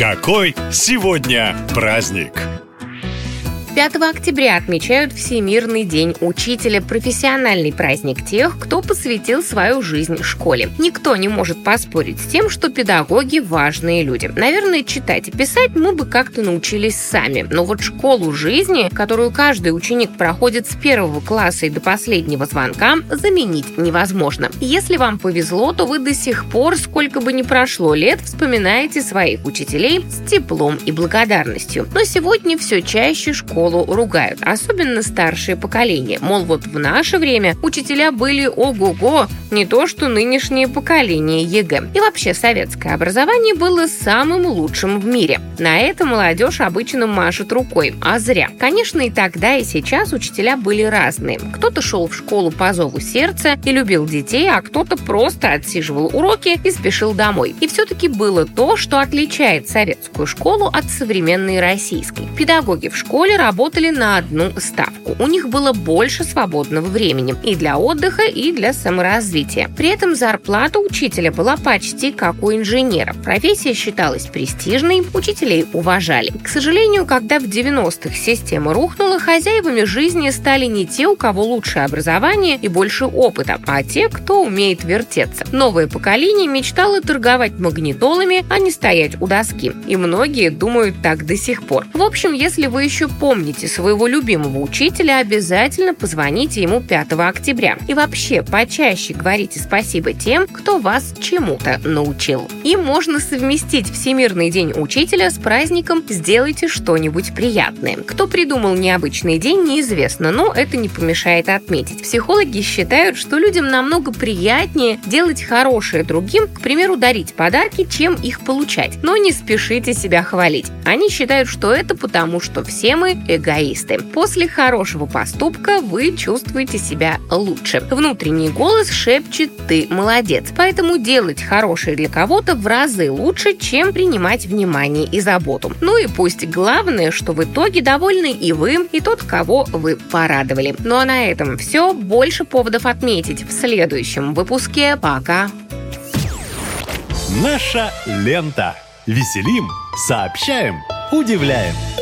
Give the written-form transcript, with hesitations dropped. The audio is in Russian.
Какой сегодня праздник? 5 октября отмечают Всемирный день учителя, профессиональный праздник тех, кто посвятил свою жизнь школе. Никто не может поспорить с тем, что педагоги – важные люди. Наверное, читать и писать мы бы как-то научились сами. Но вот школу жизни, которую каждый ученик проходит с 1 класса и до последнего звонка, заменить невозможно. Если вам повезло, то вы до сих пор, сколько бы ни прошло лет, вспоминаете своих учителей с теплом и благодарностью. Но сегодня все чаще школу ругают, особенно старшее поколение. Мол, вот в наше время учителя были ого-го, не то что нынешнее поколение ЕГЭ. И вообще советское образование было самым лучшим в мире. На это молодежь обычно машет рукой, а зря. Конечно, и тогда, и сейчас учителя были разные. Кто-то шел в школу по зову сердца и любил детей, а кто-то просто отсиживал уроки и спешил домой. И все-таки было то, что отличает советскую школу от современной российской. Педагоги в школе работали на одну ставку. У них было больше свободного времени и для отдыха, и для саморазвития. При этом зарплата учителя была почти как у инженера. Профессия считалась престижной, учителей уважали. К сожалению, когда в 90-х система рухнула, хозяевами жизни стали не те, у кого лучшее образование и больше опыта, а те, кто умеет вертеться. Новое поколение мечтало торговать магнитолами, а не стоять у доски. И многие думают так до сих пор. В общем, если вы еще помните своего любимого учителя, обязательно позвоните ему 5 октября. И вообще, почаще говорите спасибо тем, кто вас чему-то научил. И можно совместить Всемирный день учителя с праздником «Сделайте что-нибудь приятное». Кто придумал необычный день, неизвестно, но это не помешает отметить. Психологи считают, что людям намного приятнее делать хорошее другим, к примеру, дарить подарки, чем их получать. Но не спешите себя хвалить. Они считают, что это потому, что все мы эгоисты. После хорошего поступка вы чувствуете себя лучше. Внутренний голос шепчет «ты молодец». Поэтому делать хорошее для кого-то в разы лучше, чем принимать внимание и заботу. Ну и пусть главное, что в итоге довольны и вы, и тот, кого вы порадовали. Ну а на этом все. Больше поводов отметить в следующем выпуске. Пока! Наша лента. Веселим, сообщаем, удивляем.